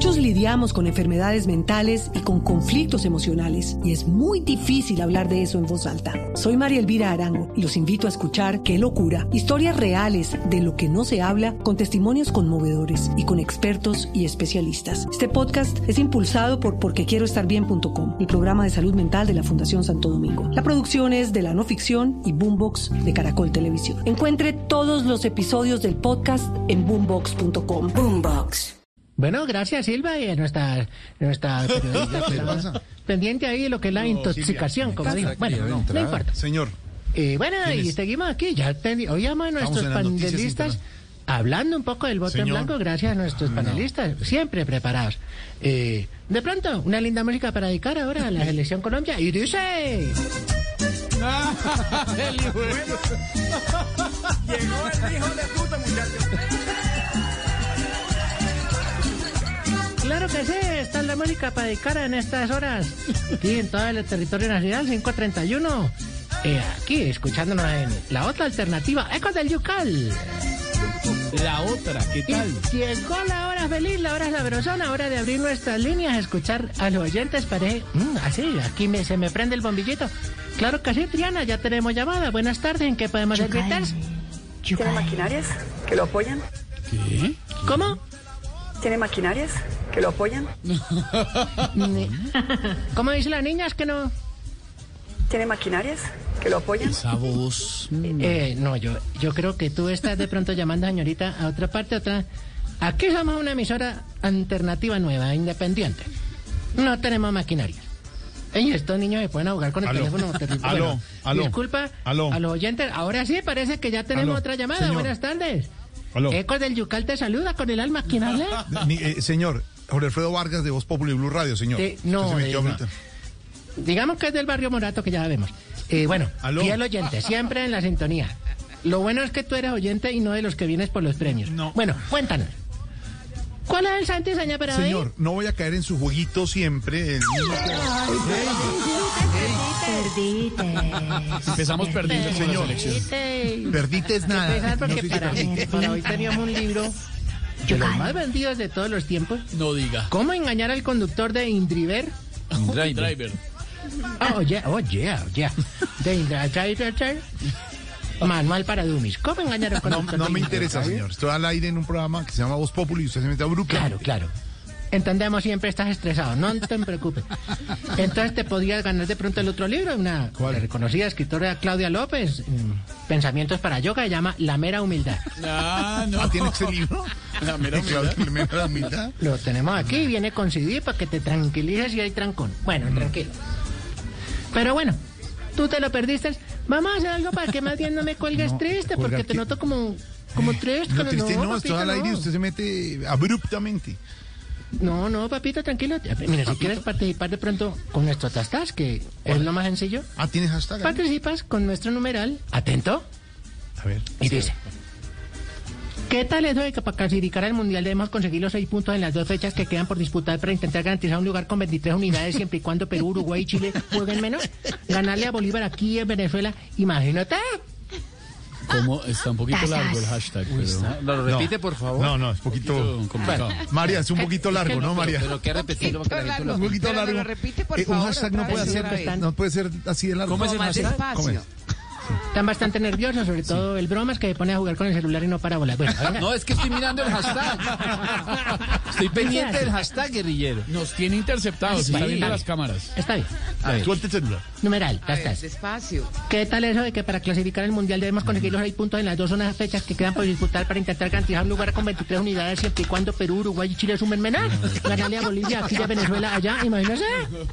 Muchos lidiamos con enfermedades mentales y con conflictos emocionales, y es muy difícil hablar de eso en voz alta. Soy María Elvira Arango y los invito a escuchar Qué locura, historias reales de lo que no se habla, con testimonios conmovedores y con expertos y especialistas. Este podcast es impulsado por porquequieroestarbien.com, el programa de salud mental de la Fundación Santo Domingo. La producción es de La No Ficción y Boombox de Caracol Televisión. Encuentre todos los episodios del podcast en boombox.com. Boombox. Bueno, gracias Silva y a nuestra periodista pendiente ahí de lo que es la intoxicación, como dijo. Bueno, no importa. Señor. Bueno, y seguimos aquí. Ya oíamos a nuestros panelistas hablando un poco del voto en blanco, gracias a nuestros panelistas, siempre preparados. De pronto, una linda música para dedicar ahora a la selección Colombia. Y dice... Llegó el hijo de puta, muchachos. Claro que sí, esta es la música para dedicar en estas horas. Aquí en todo el territorio nacional, 5:31. Aquí, escuchándonos en la otra alternativa, Ecos del Yucal. La otra, ¿qué tal? Y llegó la hora feliz, la hora sabrosona, hora de abrir nuestras líneas, escuchar a los oyentes. Parece, así, aquí se me prende el bombillito. Claro que sí, Triana, ya tenemos llamada. Buenas tardes, ¿en qué podemos servir? ¿Tiene maquinarias que lo apoyan? ¿Qué? ¿Cómo? ¿Tiene maquinarias que lo apoyan? ¿Cómo dice la niña? Es que no... ¿Tiene maquinarias que lo apoyan? Esa voz... No, yo creo que tú estás de pronto llamando, señorita, a otra parte, otra... Aquí somos una emisora alternativa nueva, independiente. No tenemos maquinarias. Y estos niños se pueden ahogar con el teléfono. Aló. Disculpa a los oyentes. Ahora sí, parece que ya tenemos otra llamada. Señor. Buenas tardes. Aló. Ecos del Yucal te saluda con el alma. ¿Quién habla? Señor, Jorge Alfredo Vargas de Voz Populi Blue Radio, señor. No, Usted se metió ahorita. Digamos que es del barrio Morato, que ya vemos. Bueno, ¿Aló? fiel oyente, siempre en la sintonía. Lo bueno es que tú eres oyente y no de los que vienes por los premios. No. Bueno, cuéntanos. ¿Cuál es el santo y seña para hoy? Señor, no voy a caer en su jueguito siempre. Empezamos perdiendo, señor. Perdite es nada. Empezar porque No sé si para hoy teníamos un libro de los más vendidos de todos los tiempos. No diga. ¿Cómo engañar al conductor de Indriver? Driver. Oh, yeah. De Indriver. Manual para dummies. ¿Cómo engañar al conductor? No me de interesa, Indriver? señor. Estoy al aire en un programa que se llama Voz Populi y usted se mete a grupo. Claro. Entendemos, siempre estás estresado, no te preocupes. Entonces te podrías ganar de pronto el otro libro, una reconocida escritora Claudia López, Pensamientos para Yoga, se llama La Mera Humildad. No. ¿Tiene ese libro? La mera humildad. La mera humildad. Lo tenemos aquí, viene con CD para que te tranquilices y hay trancón. Bueno, tranquilo. Pero bueno, tú te lo perdiste. Vamos a hacer algo para que más bien no me cuelgues triste, porque te noto como triste. No, triste no, papito, estoy al aire y usted se mete abruptamente. No, papito, tranquilo. Mira, si quieres participar de pronto con nuestro tastas, que es lo más sencillo. ¿Tiene hashtag? Participas con nuestro numeral, atento, A ver. y dice: ¿qué tal eso de que para clasificar al Mundial debemos conseguir los 6 puntos en las 2 fechas que quedan por disputar para intentar garantizar un lugar con 23 unidades siempre y cuando Perú, Uruguay y Chile jueguen menos? Ganarle a Bolívar aquí en Venezuela, imagínate. ¿Cómo? Está un poquito largo el hashtag. Pero... ¿Lo repite, por favor? No, es poquito complicado. María, es un poquito largo, ¿no, María? Pero que repetirlo para que la gente lo... Un poquito Pero me largo. lo repite, por Un favor, hashtag otra no puede vez, ser, otra vez. no puede ser así de largo. ¿Cómo es el Más hashtag? ¿Cómo es? despacio. Están bastante nerviosos, sobre todo el bromas que se pone a jugar con el celular y no para volar. Bueno, venga. No, es que estoy mirando el hashtag. Estoy pendiente del hashtag, guerrillero. Nos tiene interceptados, está viendo las cámaras. Está bien. A ver. Suelte el celular. Numeral, ya A ver, estás. despacio. ¿Qué tal eso de que para clasificar el Mundial debemos conseguir los 6 puntos en las 2 zonas fechas que quedan por disputar para intentar garantizar un lugar con 23 unidades siempre y cuando Perú, Uruguay y Chile sumen menos? Ganarle a Bolivia, aquí a Venezuela, allá, imagínese.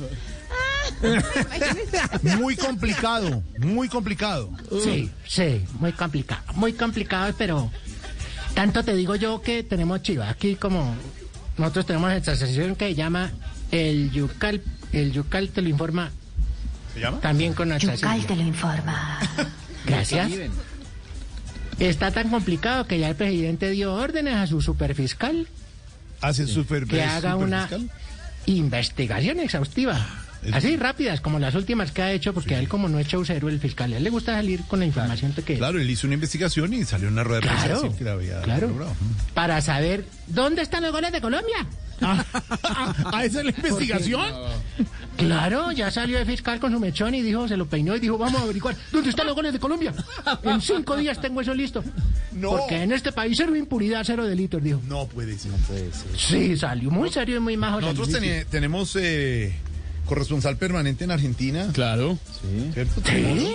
Muy complicado. Sí, muy complicado, pero tanto te digo yo que tenemos chiva. Aquí como nosotros tenemos esta sesión que se llama el Yucal te lo informa. ¿Se llama? También con nuestra Yucal te lo informa. Gracias. Está tan complicado que ya el presidente dio órdenes a su superfiscal Hace que haga una investigación exhaustiva. Así, rápidas, como las últimas que ha hecho, porque a él como no es chaucero el fiscal, a él le gusta salir con la información de que... Claro, él hizo una investigación y salió una rueda de prensa a decir que la había logrado. Para saber dónde están los goles de Colombia. ¿Esa es la investigación? Claro, ya salió el fiscal con su mechón y dijo, se lo peinó y dijo, vamos a averiguar dónde están los goles de Colombia. En 5 días tengo eso listo. No. Porque en este país cero impunidad, 0 delitos, dijo. No puede ser. Sí, salió muy serio y muy majo. Nosotros tenemos corresponsal permanente en Argentina. Claro. Sí. ¿Cierto? ¿Sí?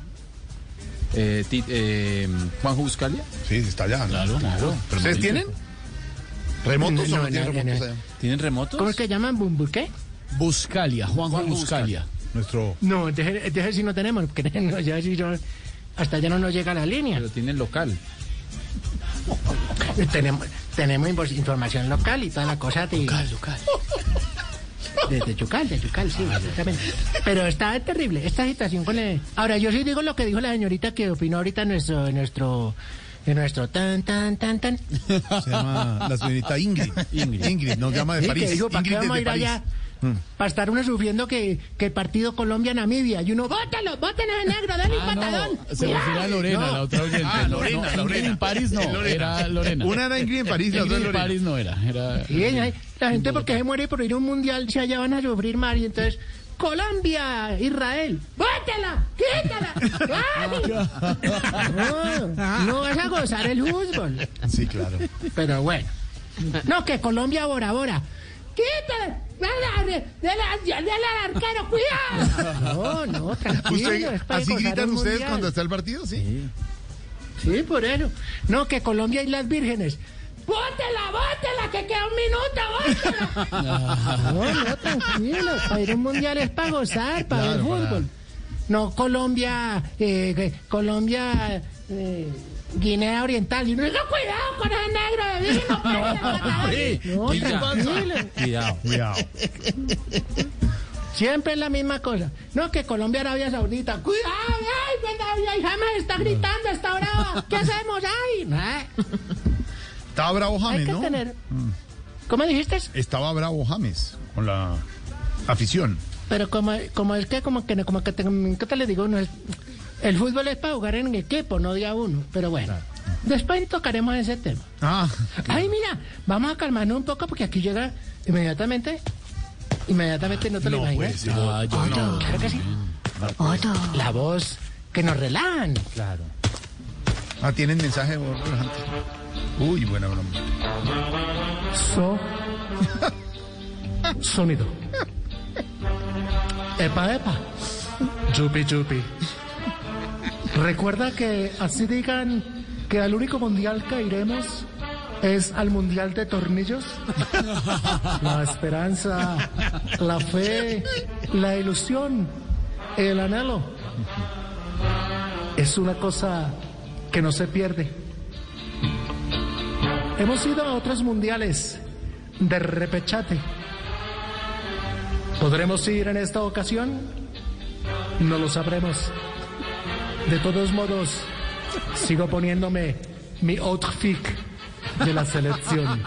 Juanjo Buscalia. Sí, está allá. Claro. ¿Ustedes tienen? ¿Remotos o no tienen remotos allá? ¿Tienen remotos? ¿Cómo es que llaman? ¿Qué? Buscalia, Juanjo Buscalia. Nuestro... No, deje si no tenemos, porque no, ya si yo, hasta allá no nos llega la línea. Pero tienen local. Tenemos información local y toda la cosa de... Local. De Chucal, sí, exactamente. Pero está terrible esta situación con el... Ahora, yo sí digo lo que dijo la señorita que opinó ahorita en nuestro tan. Se llama la señorita Ingrid nos llama de Sí, París. que dijo, ¿para qué Ingrid vamos a desde ir París. allá? Para estar uno sufriendo que el partido Colombia-Namibia. Y uno, ¡bótalo! ¡Voten a negro! ¡Dale un patadón! Se refiere a Lorena, la otra oyente. Lorena. Ingrid en París no, era Lorena. Una era Ingrid en París, la otra Ingrid en Lorena. París no era. Sí, la gente porque se muere por ir a un mundial, si allá van a sufrir más. Y entonces, Colombia, Israel, ¡bótala! ¡Quítala! No vas a gozar el fútbol. Sí, claro. Pero bueno. No, que Colombia, Bora Bora. ¡Quítala! ¡Dale al arquero! ¡Cuidado! No, tranquilo. ¿Así gritan ustedes cuando está el partido? Sí. Sí, por eso. No, que Colombia y las vírgenes. ¡Bótela! ¡Que queda un minuto! ¡Bótela! No, tranquilo. Para ir a un mundial es para gozar, para ver fútbol. No, Colombia, Guinea Oriental. Y uno dice, cuidado con el negro de vino. No, Cuidado. Siempre es la misma cosa. No, que Colombia, Arabia Saudita. ¡Cuidado! ¡Ay, James está gritando! ¡Está brava! ¿Qué hacemos? ¡Ay! Estaba bravo James, Hay que ¿no? tener... ¿Cómo dijiste? Estaba bravo James con la afición. Pero como ¿qué te le digo? No es, el fútbol es para jugar en equipo, no de a uno. Pero bueno, después tocaremos ese tema. Ay, mira, vamos a calmarnos un poco porque aquí llega inmediatamente, no te lo imaginas. Claro que sí. La voz que nos relajan. Claro. ¿Tienen mensaje de voz relajante? Uy, buena broma. Sonido. Epa. Chupi. Recuerda que así digan que al único mundial que iremos es al mundial de tornillos. La esperanza, la fe, la ilusión, el anhelo. Es una cosa que no se pierde. Hemos ido a otros mundiales de repechate. ¿Podremos ir en esta ocasión? No lo sabremos. De todos modos, sigo poniéndome mi outfit de la selección.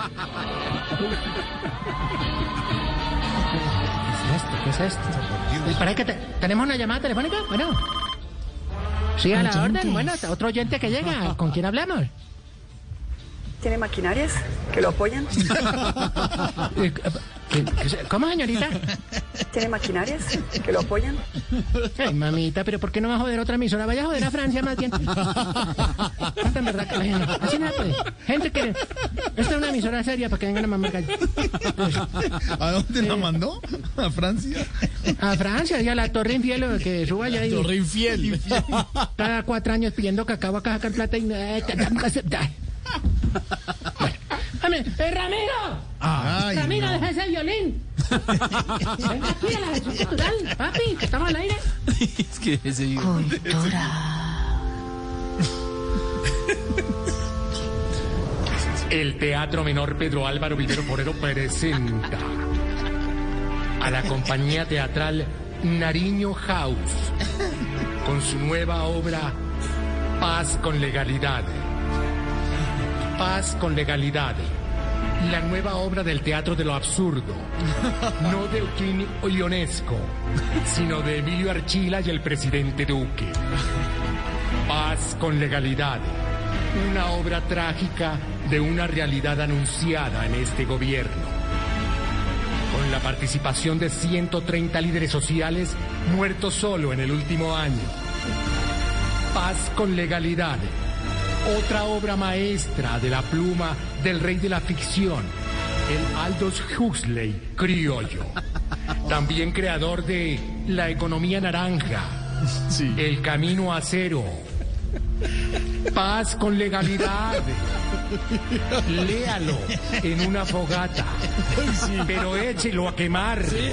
¿Qué es esto? ¿Para qué tenemos una llamada telefónica? Bueno. Sí, a la orden. Bueno, otro oyente que llega. ¿Con quién hablamos? ¿Tiene maquinarias que lo apoyan? ¿Cómo, señorita? ¿Tiene maquinarias que lo apoyan? Ay, mamita, pero ¿por qué no va a joder otra emisora? Vaya a joder a Francia más bien. En verdad que la gente... Así no puede. Gente que... Esta es una emisora seria para que vengan a mamar gallo. ¿A dónde la mandó? ¿A Francia? A Francia, y a la Torre Infiel, que suba allá y... Torre Infiel. Cada 4 años pidiendo cacao a sacar plata y... Bueno, ¡Ramiro! ¡Ramiro, deja ese violín! Venga aquí a la gestión cultural, papi, que estamos al aire. Es que ese... El Teatro Menor Pedro Álvaro Vivero Forero presenta a la compañía teatral Nariño House con su nueva obra Paz con Legalidad. Paz con Legalidad, la nueva obra del teatro de lo absurdo, no de Eugenio Ionesco, sino de Emilio Archila y el presidente Duque. Paz con Legalidad, una obra trágica de una realidad anunciada en este gobierno. con la participación de 130 líderes sociales muertos solo en el último año. Paz con legalidad, otra obra maestra de la pluma del rey de la ficción, el Aldous Huxley criollo. También creador de La economía naranja, sí. El camino a cero. Paz con legalidad. Léalo en una fogata, sí. Pero échelo a quemar. Sí.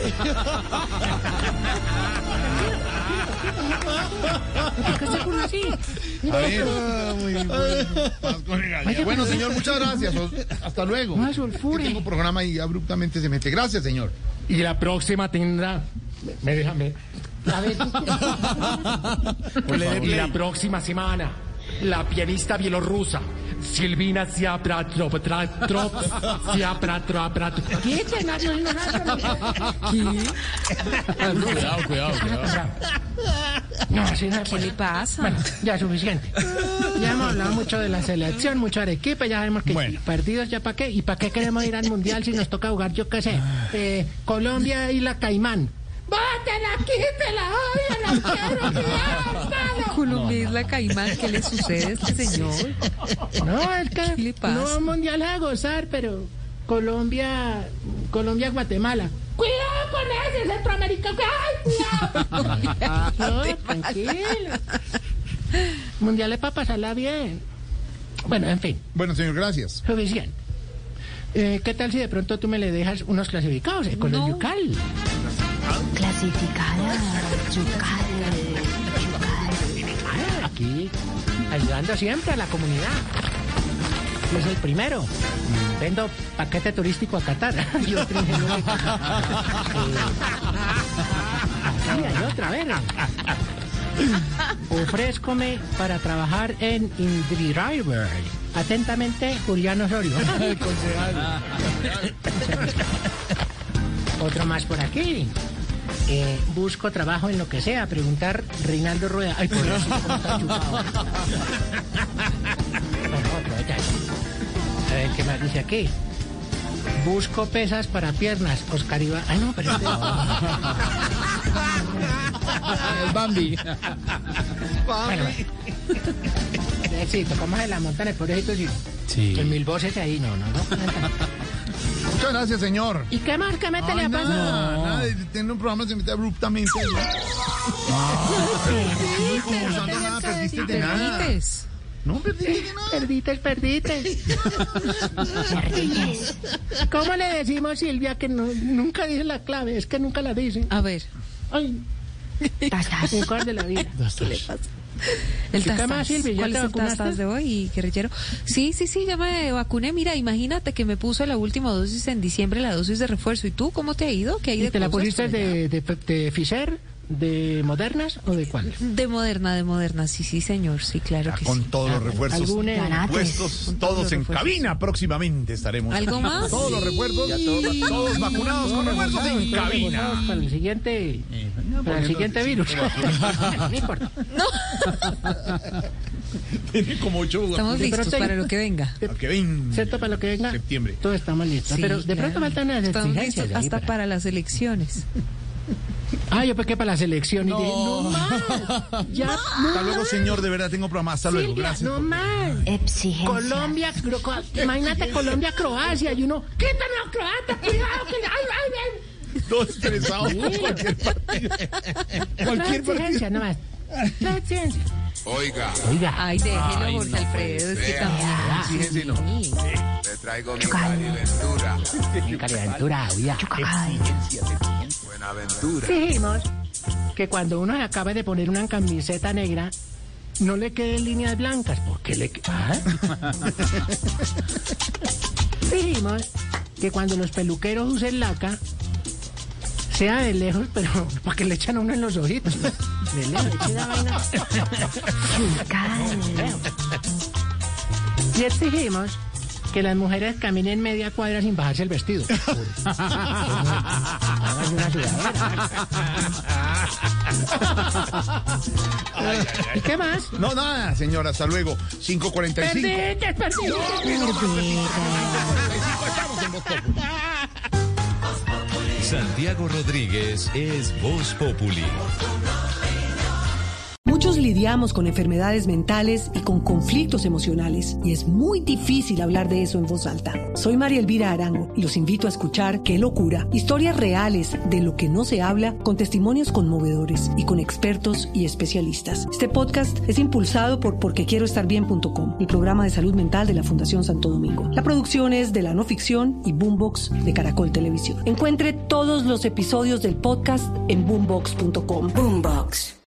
¿Por qué se pone así? A ver, muy bueno. Paz con legalidad. Bueno, señor, muchas gracias. Hasta luego. No, sulfure. Tengo programa y abruptamente se mete. Gracias, señor. Y la próxima tendrá... Déjame. A ver. Y la próxima semana, la pianista bielorrusa Silvina Ziapratrop. Cuidado. No, así no. ¿Qué le pasa? Bueno, ya es suficiente. Ya hemos hablado mucho de la selección, mucho de equipo, ya sabemos que perdidos ya para qué. ¿Y para qué queremos ir al mundial si nos toca jugar, yo qué sé, Colombia y la Caimán? ¡Bótela, quítela! ¡Oye, la quiero, cuidado! Colombia Isla Caimán, ¿qué le sucede a este señor? No, es que ¿qué le pasa? No mundial a gozar, pero Colombia, Guatemala. ¡Cuidado con ese centroamericano! ¡Ay, cuidado! No, tranquilo. Mundial es para pasarla bien. Bueno, en fin. Bueno, señor, gracias. Suficiente. ¿Qué tal si de pronto tú me le dejas unos clasificados con el Yucal? Clasificada. Yucal. Aquí, ayudando siempre a la comunidad. Yo soy el primero. Vendo paquete turístico a Qatar. Y otro hay otra, a ver. Ofrézcome para trabajar en InDriver. Atentamente, Julián Osorio. El concejal. Otro más por aquí. Busco trabajo en lo que sea. Preguntar Reinaldo Rueda. Ay, por eso, ¿cómo está chupado? Bueno, otro, ya. A ver, ¿qué más dice aquí? Busco pesas para piernas. Oscar Iván. Ay, no, pero... El Bambi. Bueno. Sí, tocamos en la montaña, pobrecito, sí. El mil voces ahí, no. Muchas gracias, señor. ¿Y qué más? ¿Qué mete le ha pasado? Nada, tener un programa se mete abruptamente. No perdiste de nada. No, perdiste. ¿Cómo le decimos, Silvia, que nunca dice la clave? Es que nunca la dice. A ver. Ay. Un cuarto de la vida. ¿Qué le pasa? El tastas. ¿Cuál es el tastas de hoy, guerrillero? Sí, ya me vacuné. Mira, imagínate que me puse la última dosis en diciembre, la dosis de refuerzo. ¿Y tú cómo te ha ido? ¿Qué hay de te la pusiste de Pfizer, de Modernas o de cuál? De Moderna, sí, señor. Sí, claro que con sí. todos los refuerzos puestos, todos en cabina. Próximamente estaremos. ¿Algo más? Todos los refuerzos, todos vacunados con refuerzos en cabina. Para el siguiente... Para el siguiente virus. No importa. No. Tiene como 8 Estamos listos para lo que venga. ¿Cierto? Para lo que venga. Septiembre. Todos estamos listos. Sí, pero de pronto faltan unas exigencias. Hasta para las elecciones. Yo pequé para las elecciones. No. Y dije, no más. Ya, hasta luego, señor, de verdad tengo programa. Hasta luego, gracias. No más. Colombia, imagínate Colombia, Croacia. Y uno, quítame a Croacia, cuidado, que ay. Todo estresado por cualquier partido. Cualquier partido. No más. La exigencia. Oiga. Ay, déjelo, Jorge Alfredo. Es que también. Exígense, no. Le traigo mi Cariventura. Cariventura, oiga. Buenaventura. Dijimos que cuando uno se acaba de poner una camiseta negra, no le queden líneas blancas, porque le Dijimos que cuando los peluqueros usen laca, sea de lejos, pero para que le echan a uno en los ojitos. De lejos, echen la vaina. Y exigimos que las mujeres caminen media cuadra sin bajarse el vestido. ¿Y qué más? No, nada, señora, hasta luego. 5:45. Perdiste. Estamos en Voz Populi. Santiago Rodríguez es Voz Populi. Muchos lidiamos con enfermedades mentales y con conflictos emocionales, y es muy difícil hablar de eso en voz alta. Soy María Elvira Arango y los invito a escuchar Qué locura, historias reales de lo que no se habla, con testimonios conmovedores y con expertos y especialistas. Este podcast es impulsado por porquequieroestarbien.com, el programa de salud mental de la Fundación Santo Domingo. La producción es de La No Ficción y Boombox de Caracol Televisión. Encuentre todos los episodios del podcast en boombox.com. Boombox.